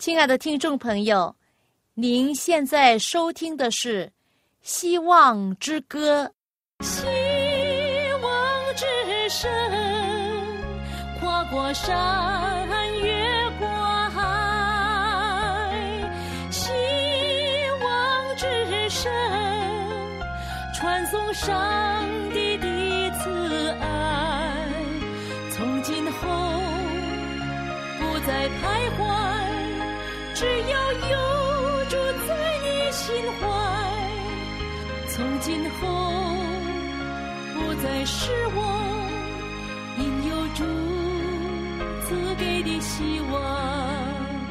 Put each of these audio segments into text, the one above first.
亲爱的听众朋友，您现在收听的是《希望之歌》。希望之声，跨过山，越过海。希望之声，传颂上帝的慈爱。从今后不再徘徊，只要有主在你心怀，从今后不再失望，因有主赐给的希望。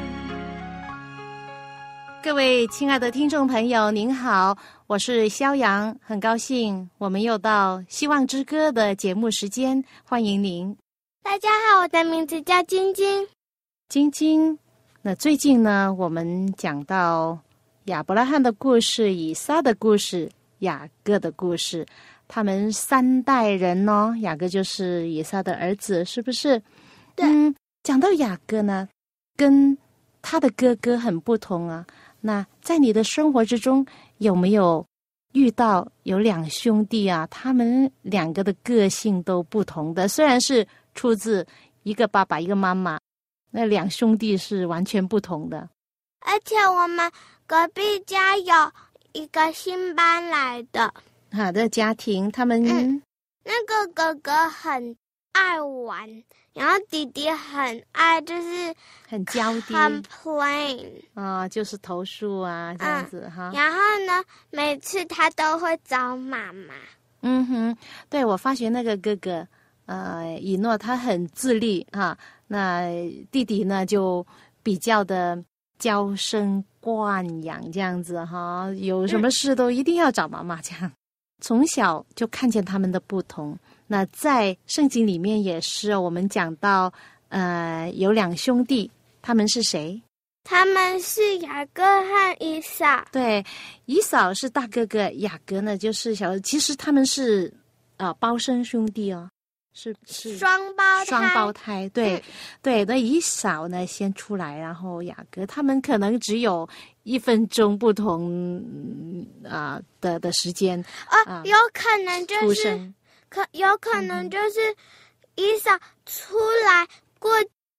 各位亲爱的听众朋友，您好，我是肖阳，很高兴我们又到希望之歌的节目时间，欢迎您。 大家好，我的名字叫晶晶。 晶晶，那最近呢，我们讲到亚伯拉罕的故事、以撒的故事、雅各的故事，他们3代人哦，雅各就是以撒的儿子，是不是？ 对。 讲到雅各呢，跟他的哥哥很不同啊。那在你的生活之中，有没有遇到有2兄弟啊？他们2个的个性都不同的，虽然是出自一个爸爸一个妈妈，那2兄弟是完全不同的。 而且我们隔壁家有一个新搬来的好的家庭，他们那个哥哥很爱玩，然后弟弟很爱就是很娇滴， 很 plain 啊、就是头树啊这样子哈。 然后呢，每次他都会找妈妈。 对，我发觉那个哥哥以诺他很自立哈，那弟弟呢就比较的娇生惯养这样子哈，有什么事都一定要找妈妈这样。从小就看见他们的不同。那在圣经里面也是，我们讲到有2兄弟，他们是谁？ 他们是雅各和以扫。对， 以扫是大哥哥，雅各呢就是小。其实他们是胞生兄弟哦，是双胞胎。 对、对。那以扫呢先出来，然后雅各，他们可能只有1分钟不同的时间有可能就是出生。 有可能就是以扫出来过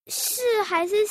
4还是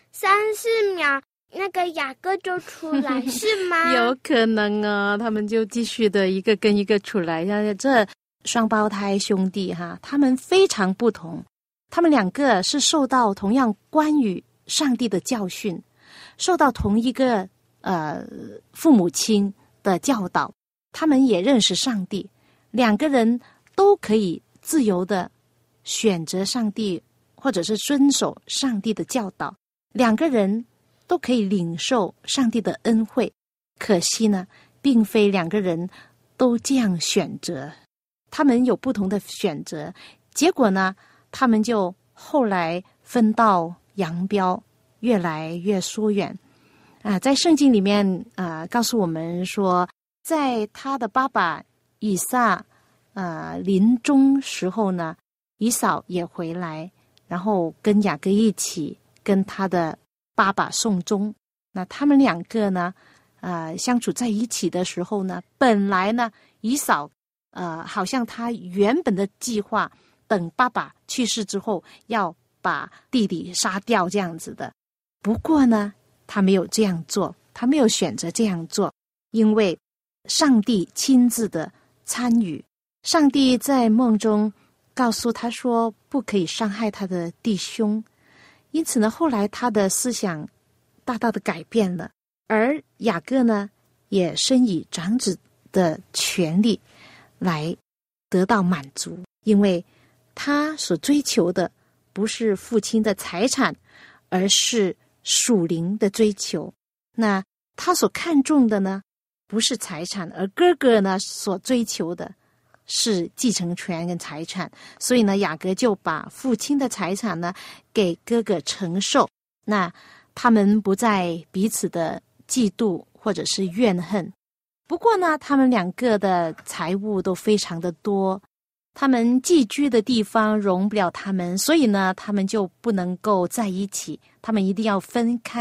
3-4秒，那个雅各就出来是吗？ 有可能啊，他们就继续的一个跟一个出来。这双胞胎兄弟哈，他们非常不同，他们2个是受到同样关于上帝的教训，受到同一个父母亲的教导，他们也认识上帝，2个人都可以自由的选择上帝，或者是遵守上帝的教导，2个人都可以领受上帝的恩惠。可惜呢，并非2个人都这样选择，他们有不同的选择，结果呢，他们就后来分道扬镳，越来越疏远在圣经里面告诉我们说，在他的爸爸以撒临终时候呢，以扫也回来，然后跟雅各一起跟他的爸爸送终。那他们2个呢相处在一起的时候呢，本来呢以扫好像他原本的计划，等爸爸去世之后要把弟弟杀掉这样子的。不过呢，他没有这样做，他没有选择这样做，因为上帝亲自的参与。上帝在梦中告诉他说不可以伤害他的弟兄，因此呢，后来他的思想大大的改变了，而雅各呢也深以长子的权利来得到满足，因为他所追求的不是父亲的财产，而是属灵的追求。那他所看重的呢不是财产，而哥哥呢所追求的是继承权跟财产，所以呢，雅各就把父亲的财产呢给哥哥承受。那他们不再彼此的嫉妒或者是怨恨。不过呢，他们2个的财物都非常的多，他们寄居的地方容不了他们，所以呢，他们就不能够在一起，他们一定要分开。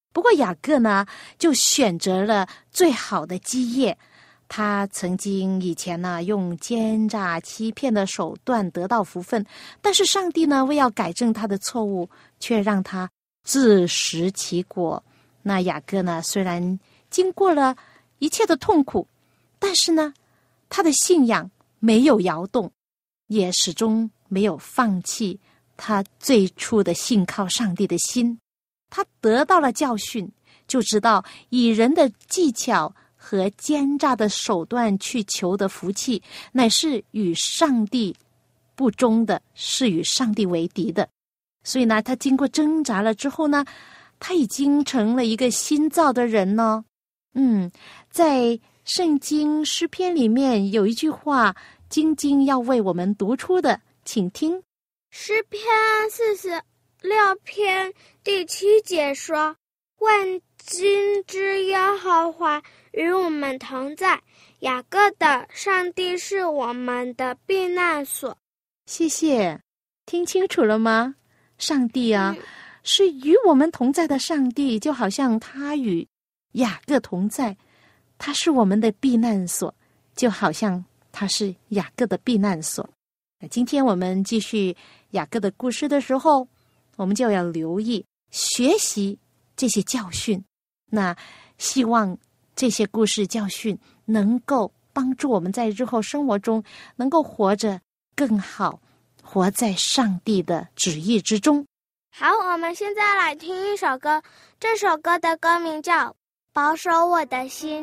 不过雅各呢，就选择了最好的基业。他曾经以前呢，用奸诈欺骗的手段得到福分，但是上帝呢，为要改正他的错误，却让他自食其果。那雅各呢，虽然经过了一切的痛苦，但是呢，他的信仰没有摇动，也始终没有放弃他最初的信靠上帝的心。他得到了教训，就知道以人的技巧和奸诈的手段去求得福气，乃是与上帝不忠的，是与上帝为敌的。所以呢，他经过挣扎了之后呢，他已经成了一个新造的人呢。在圣经诗篇里面有一句话，晶晶要为我们读出的，请听。 诗篇46篇第7节说：万军之耶和华与我们同在，雅各的上帝是我们的避难所。 谢谢，听清楚了吗？上帝啊，是与我们同在的上帝，就好像他与雅各同在，他是我们的避难所，就好像他是雅各的避难所。今天我们继续雅各的故事的时候，我们就要留意学习这些教训。那希望这些故事教训能够帮助我们在日后生活中能够活着更好，活在上帝的旨意之中。 好，我们现在来听一首歌，这首歌的歌名叫《保守我的心》。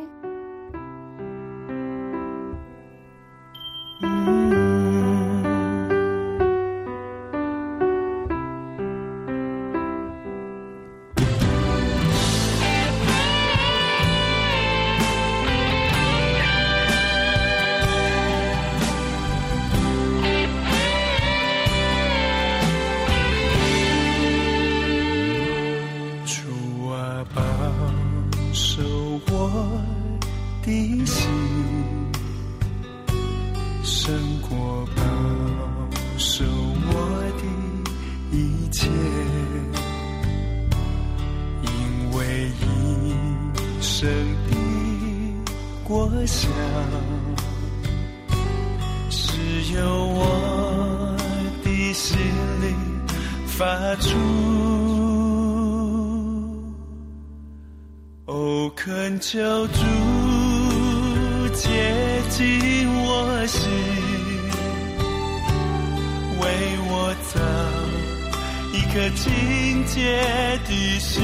恳求主接近我心，为我造一颗清洁的心，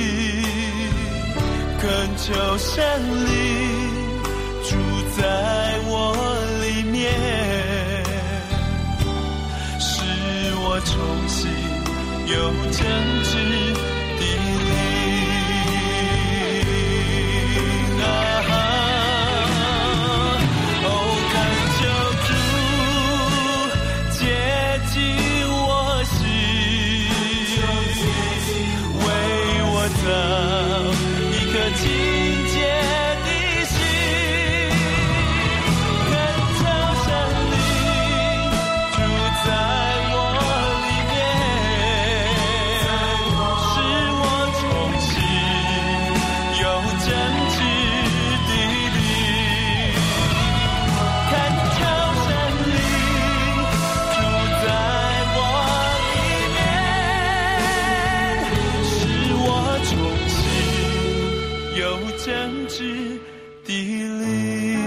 恳求圣灵住在我里面，使我重新有正直的灵。一颗清洁的心，恳求圣灵住在我里面，使我重新有正直的灵。恳求圣灵住在我里面，使我重新有正直的灵。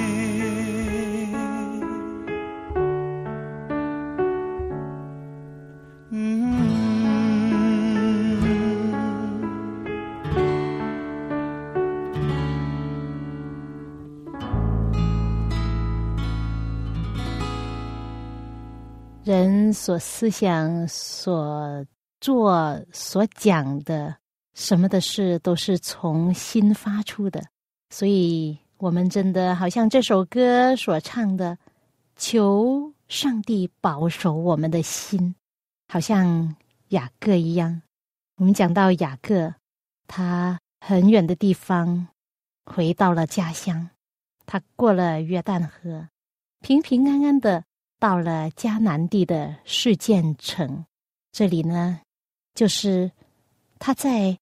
人所思想、所做、所讲的，什么的事都是从心发出的。所以我们真的好像这首歌所唱的，求上帝保守我们的心，好像雅各一样。我们讲到雅各，他很远的地方回到了家乡，他过了约旦河，平平安安的到了迦南地的示剑城。这里呢，就是他在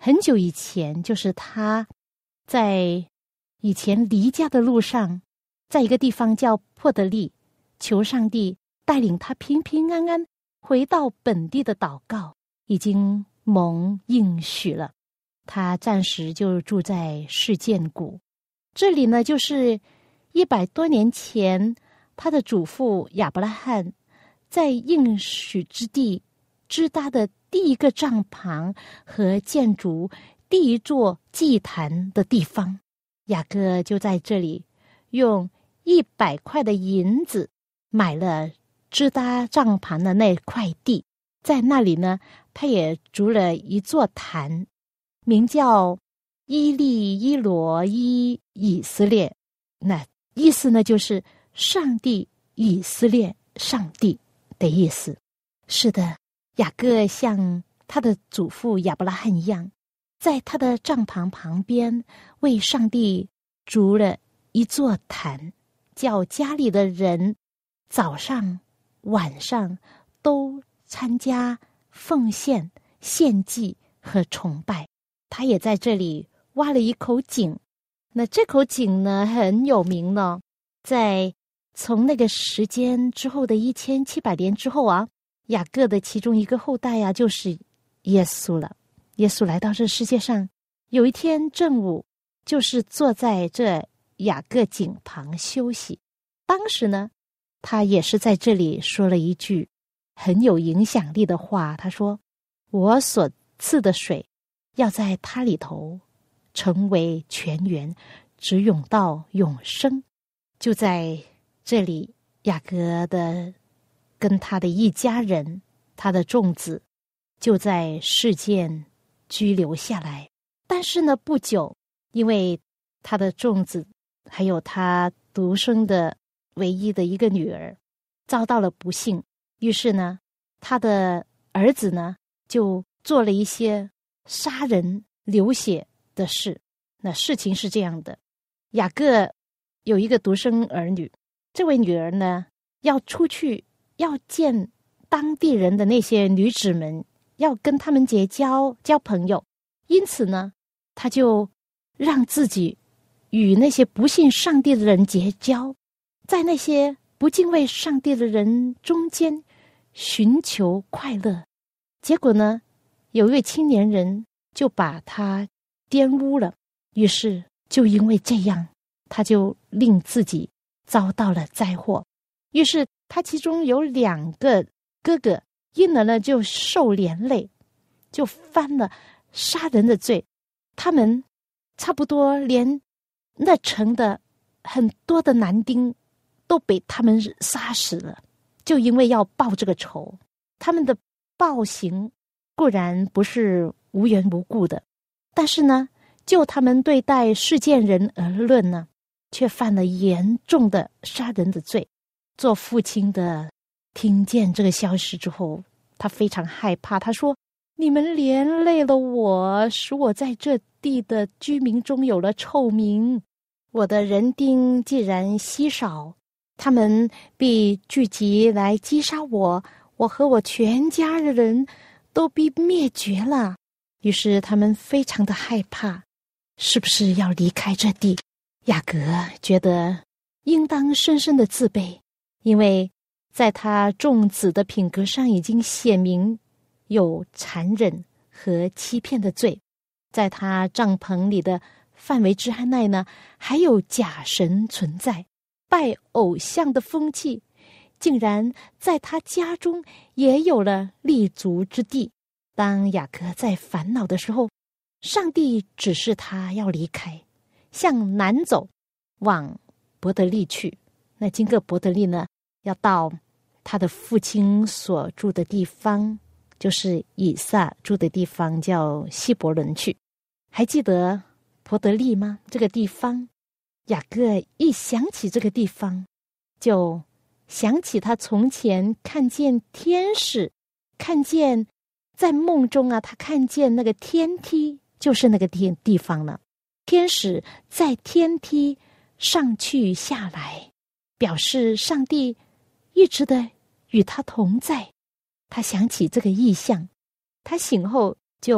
很久以前，就是他在以前离家的路上，在一个地方叫珀德利，求上帝带领他平平安安回到本地的祷告已经蒙应许了。他暂时就住在示剑谷，这里呢就是100多年前他的祖父亚伯拉罕在应许之地支搭的第一个帐篷和建筑第一座祭坛的地方。雅各就在这里用100块的银子买了支搭帐篷的那块地，在那里呢，他也筑了一座坛，名叫伊利伊罗伊以色列，那意思呢就是上帝以色列上帝的意思。是的，雅各像他的祖父亚伯拉罕一样，在他的帐篷旁边为上帝筑了一座坛，叫家里的人早上晚上都参加奉献、献祭和崇拜。他也在这里挖了一口井，那这口井呢很有名呢，在从那个时间之后的1700年之后啊，雅各的其中一个后代啊就是耶稣了。耶稣来到这世界上，有一天正午，就是坐在这雅各井旁休息。当时呢，他也是在这里说了一句很有影响力的话，他说：我所赐的水要在它里头成为泉源，直涌到永生。就在这里，雅各的跟他的一家人，他的众子就在示剑居留下来。但是呢，不久，因为他的众子还有他独生的唯一的一个女儿遭到了不幸，于是呢，他的儿子呢就做了一些杀人流血的事。那事情是这样的，雅各有一个独生儿女，这位女儿呢要出去要见当地人的那些女子们，要跟他们交朋友，因此呢，他就让自己与那些不信上帝的人结交，在那些不敬畏上帝的人中间寻求快乐。结果呢，有一位青年人就把他玷污了，于是就因为这样，他就令自己遭到了灾祸。于是他其中有2个哥哥因而呢就受连累，就犯了杀人的罪。他们差不多连那城的很多的男丁都被他们杀死了，就因为要报这个仇。他们的暴行固然不是无缘无故的，但是呢，就他们对待示剑人而论呢，却犯了严重的杀人的罪。做父亲的听见这个消息之后，他非常害怕，他说：你们连累了我，使我在这地的居民中有了臭名。我的人丁既然稀少，他们必聚集来击杀我，我和我全家的人都必灭绝了。于是他们非常的害怕，是不是要离开这地？雅各觉得应当深深的自卑，因为在他众子的品格上已经写明有残忍和欺骗的罪，在他帐篷里的范围之内呢，还有假神存在，拜偶像的风气竟然在他家中也有了立足之地。当雅各在烦恼的时候，上帝指示他要离开，向南走，往伯特利去。那经过伯特利呢，要到他的父亲所住的地方，就是以撒住的地方，叫希伯伦去。还记得伯特利吗？这个地方，雅各一想起这个地方，就想起他从前看见天使，看见在梦中啊，他看见那个天梯，就是那个地方了。天使在天梯上去下来，表示上帝一直的与他同在。他想起这个意象，他醒后就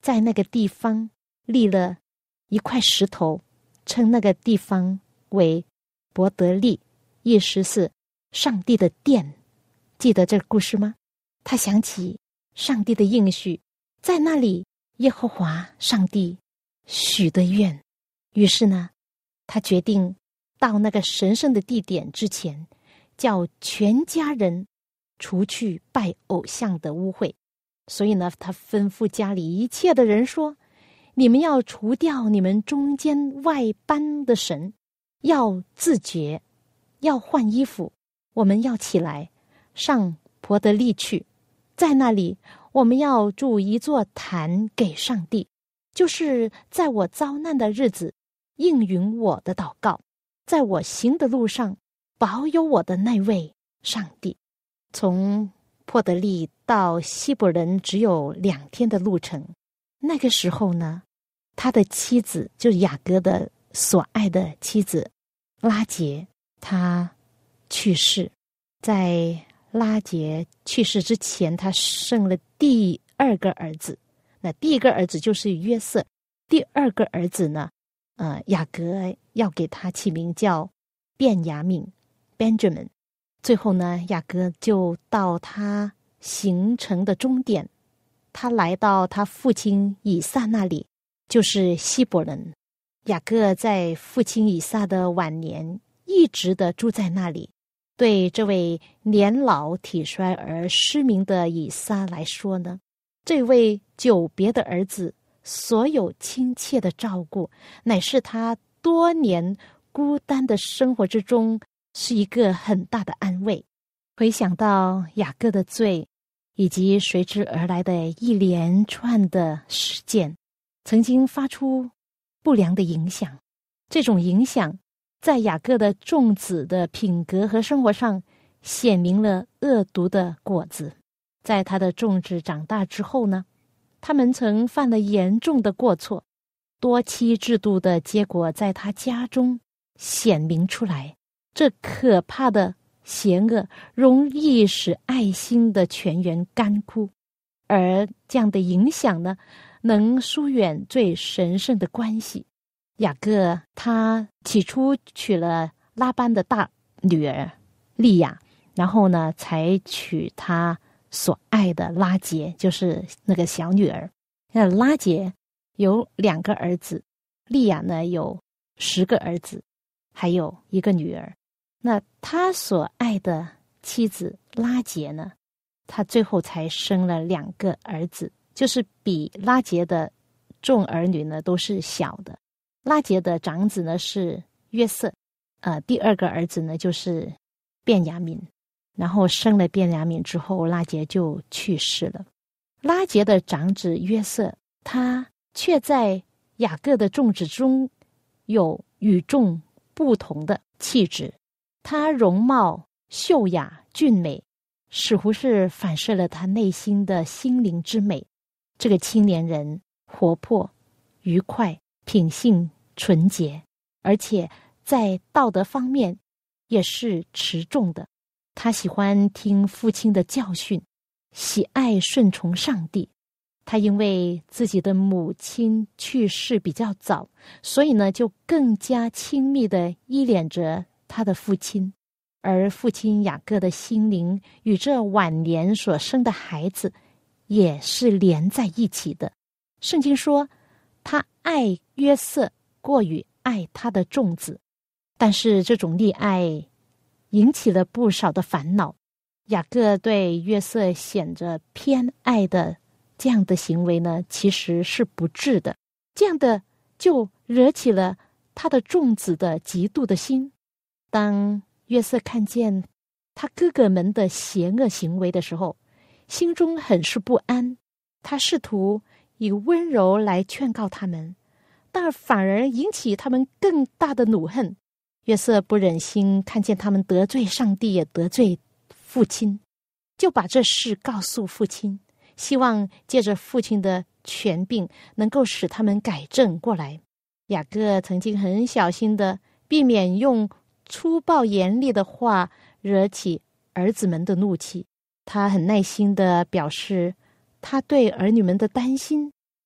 在那个地方立了一块石头，称那个地方为伯得利，意思是上帝的殿。记得这个故事吗？他想起上帝的应许，在那里耶和华上帝许的愿，于是呢，他决定到那个神圣的地点之前，叫全家人除去拜偶像的污秽。所以呢，他吩咐家里一切的人说，你们要除掉你们中间外邦的神，要自洁，要换衣服，我们要起来上伯得利去，在那里我们要筑一座坛给上帝，就是在我遭难的日子应允我的祷告，在我行的路上保有我的那位上帝。从伯得利到希伯伦只有2天的路程。那个时候呢，他的妻子就是雅各的所爱的妻子拉结，他去世。在拉结去世之前，他生了第2个儿子。那第1个儿子就是约瑟，第2个儿子呢，雅各要给他起名叫便雅悯 Benjamin。最后呢，雅各就到他行程的终点，他来到他父亲以撒那里，就是希伯伦。雅各在父亲以撒的晚年一直的住在那里。对这位年老体衰而失明的以撒来说呢，这位久别的儿子所有亲切的照顾，乃是他多年孤单的生活之中是一个很大的安慰。回想到雅各的罪以及随之而来的一连串的事件，曾经发出不良的影响，这种影响在雅各的众子的品格和生活上显明了恶毒的果子。在他的众子长大之后呢，他们曾犯了严重的过错，多妻制度的结果在他家中显明出来。这可怕的邪恶容易使爱心的泉源干枯，而这样的影响呢，能疏远最神圣的关系。雅各他起初娶了拉班的大女儿利亚，然后呢才娶他所爱的拉结，就是那个小女儿。那拉结有2个儿子，利亚呢有10个儿子，还有1个女儿。那他所爱的妻子拉结呢，他最后才生了2个儿子，就是比拉结的众儿女呢都是小的。拉结的长子呢是约瑟，第2个儿子呢就是便雅悯。然后生了便雅悯之后，拉结就去世了。拉结的长子约瑟，他却在雅各的众子中有与众不同的气质。他容貌秀雅俊美，似乎是反射了他内心的心灵之美。这个青年人活泼、愉快、品性纯洁，而且在道德方面也是持重的。他喜欢听父亲的教训，喜爱顺从上帝。他因为自己的母亲去世比较早，所以呢就更加亲密地依恋着他的父亲，而父亲雅各的心灵与这晚年所生的孩子也是连在一起的。圣经说他爱约瑟过于爱他的众子，但是这种溺爱引起了不少的烦恼。雅各对约瑟显着偏爱的这样的行为呢，其实是不智的，这样的就惹起了他的众子的嫉妒的心。当约瑟看见他哥哥们的邪恶行为的时候，心中很是不安。他试图以温柔来劝告他们，但反而引起他们更大的怒恨。约瑟不忍心看见他们得罪上帝，也得罪父亲，就把这事告诉父亲，希望借着父亲的权柄能够使他们改正过来。雅各曾经很小心的避免用粗暴严厉的话惹起儿子们的怒气，他很耐心地表示他对儿女们的担心，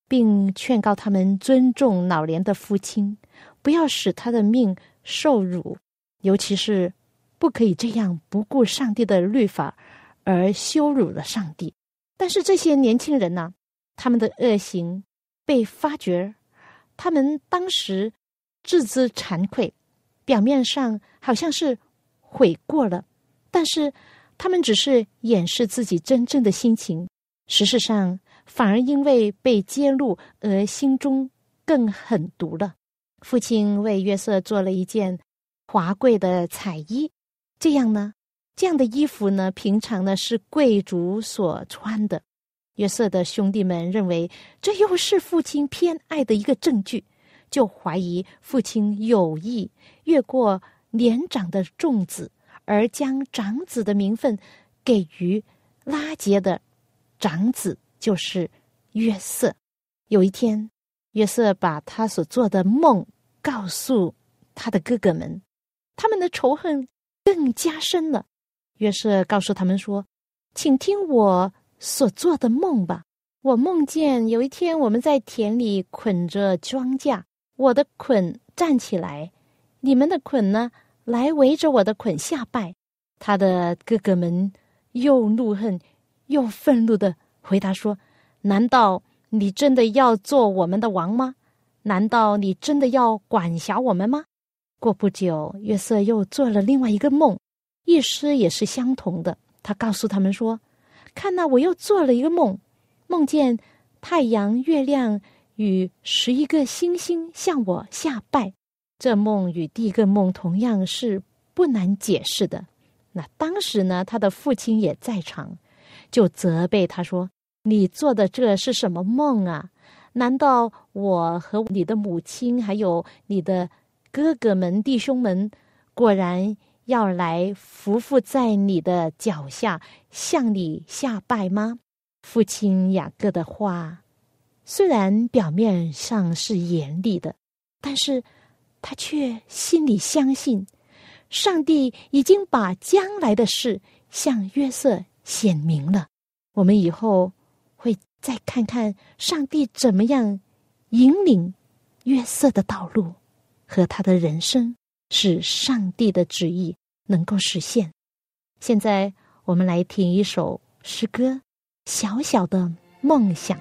并劝告他们尊重老年的父亲，不要使他的命受辱，尤其是不可以这样不顾上帝的律法而羞辱了上帝。但是这些年轻人呢，他们的恶行被发觉，他们当时自知惭愧，表面上好像是悔过了，但是他们只是掩饰自己真正的心情，事实上反而因为被揭露而心中更狠毒了。父亲为约瑟做了一件华贵的彩衣，这样的衣服呢，平常呢是贵族所穿的。约瑟的兄弟们认为这又是父亲偏爱的一个证据，就怀疑父亲有意越过年长的众子，而将长子的名分给予拉结的长子，就是约瑟。有一天，约瑟把他所做的梦告诉他的哥哥们，他们的仇恨更加深了。约瑟告诉他们说，请听我所做的梦吧。我梦见有一天我们在田里捆着庄稼，我的捆站起来，你们的捆呢来围着我的捆下拜。他的哥哥们又怒恨又愤怒地回答说，难道你真的要做我们的王吗？难道你真的要管辖我们吗？过不久，约瑟又做了另外一个梦，意思也是相同的。他告诉他们说，看哪，我又做了一个梦，梦见太阳、月亮与11个星星向我下拜。这梦与第一个梦同样是不难解释的。那当时呢，他的父亲也在场，就责备他说，你做的这是什么梦啊？难道我和你的母亲还有你的哥哥们弟兄们果然要来匍匐在你的脚下向你下拜吗？父亲雅各的话虽然表面上是严厉的，但是他却心里相信上帝已经把将来的事向约瑟显明了。我们以后会再看看上帝怎么样引领约瑟的道路和他的人生，使上帝的旨意能够实现。现在我们来听一首诗歌，小小的梦想。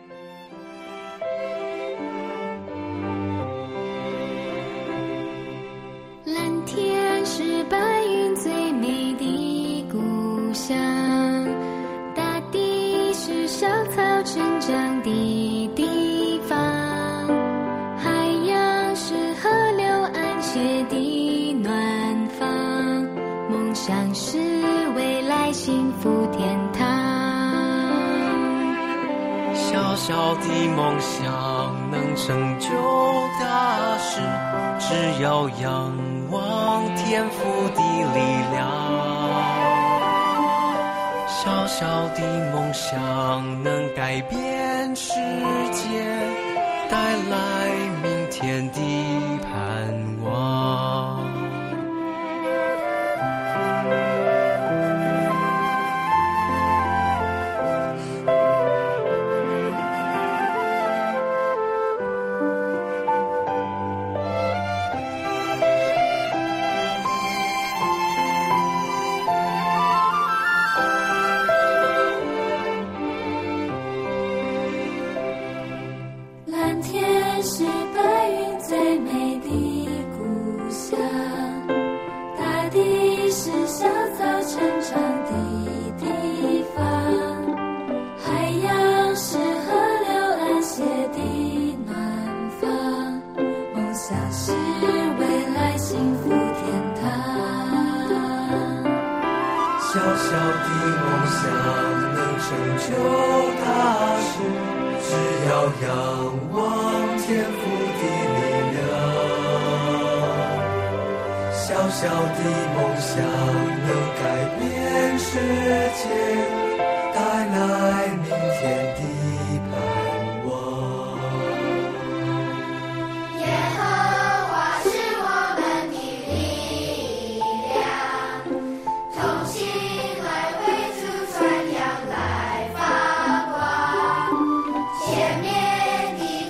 蓝天是白云最美的故乡，大地是小草成长的地方，海洋是河流安歇的暖房，梦想是未来幸福天堂。 小小的梦想能成就大事，只要仰望天父的力量。小小的梦想能改变世界，带来明天的盼望。 蓝天是白云最美的故乡，大地是小草成长的地方，海洋是河流安歇的暖房，梦想是未来幸福天堂。 小小的梦想能成就大事，只要仰望天父的力量。小小的梦想能改变世界，带来明天的盼望。 耶和华是我们的力量，同心来为主传扬来发光，前面的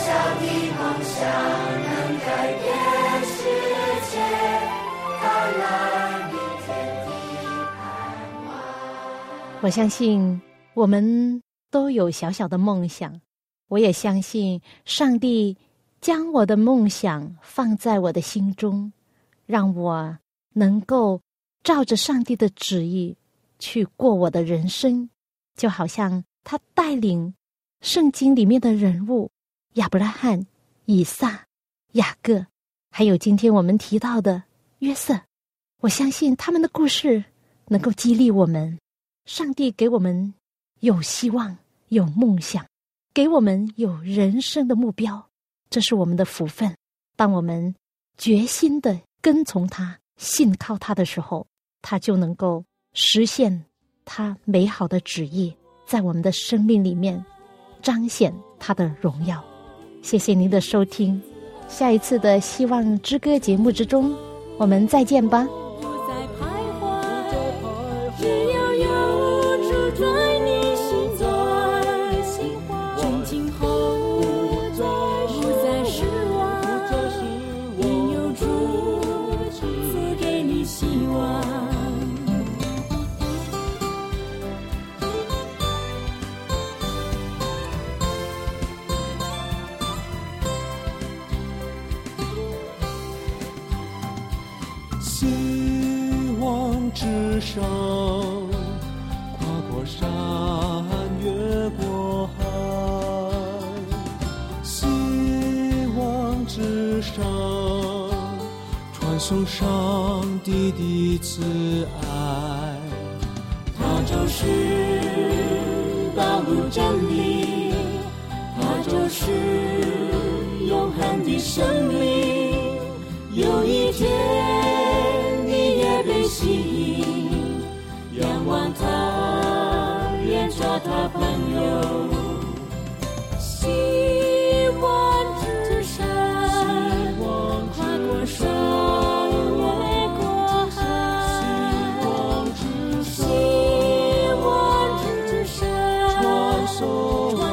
小的梦想能改变世界，带来明天的盼望。 我相信我们都有小小的梦想，我也相信上帝将我的梦想放在我的心中，让我能够照着上帝的旨意去过我的人生，就好像他带领圣经里面的人物亚伯拉罕、以撒、雅各，还有今天我们提到的约瑟。我相信他们的故事能够激励我们，上帝给我们有希望，有梦想，给我们有人生的目标，这是我们的福分。当我们决心的跟从他，信靠他的时候，他就能够实现他美好的旨意，在我们的生命里面彰显他的荣耀。谢谢您的收听，下一次的希望之歌节目之中我们再见吧。 不再徘徊，只要有主在你心中，从今后不再失望，因有主赐给你希望。 希望之上，跨过山，越过海。希望之上，传送上帝的慈爱。 它就是道路真理，它就是永恒的生命。有一天你也被吸引，仰望他，愿做他朋友。希望之上，跨过山，越过海。希望之上，传